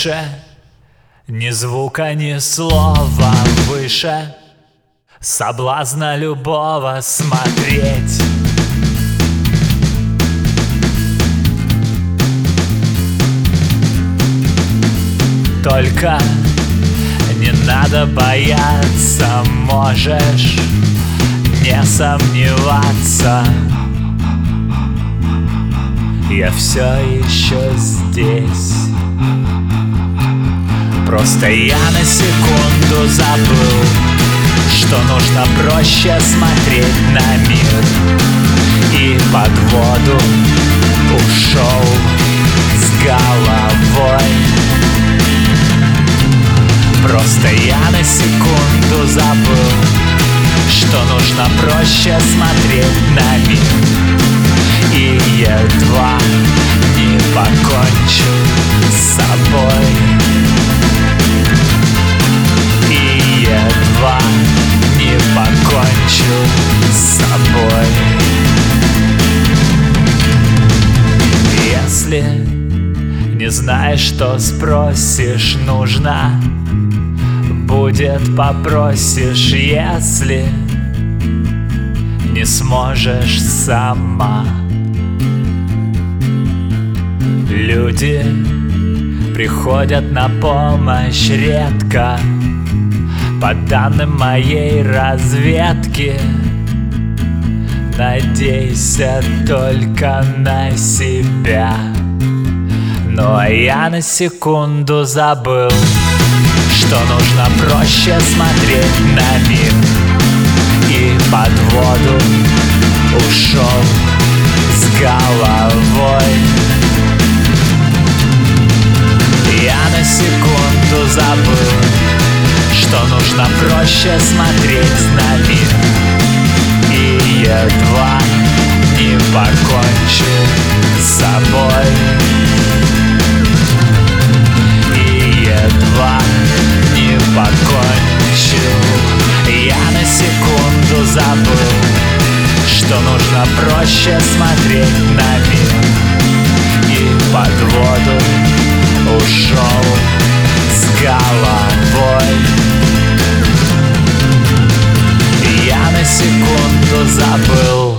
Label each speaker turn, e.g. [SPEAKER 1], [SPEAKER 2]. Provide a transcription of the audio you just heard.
[SPEAKER 1] больше ни звука, ни слова выше соблазна любого смотреть. Только не надо бояться, можешь не сомневаться. Я все еще здесь. Просто я на секунду забыл, что нужно проще смотреть на мир. И под воду ушел с головой. Просто я на секунду забыл, что нужно проще смотреть на мир. И едва не покончил с собой. И едва не покончил с собой. Если не знаешь, что спросишь, нужно будет попросишь, если не сможешь сама. Люди приходят на помощь редко. По данным моей разведки, надейся только на себя. Но я на секунду забыл, что нужно проще смотреть на мир. И под воду ушел с головой. Я на секунду забыл, что нужно проще смотреть на мир. И едва не покончил с собой. И едва не покончил. Я на секунду забыл, что нужно проще смотреть на мир. И под воду ушел с головой. Я на секунду забыл,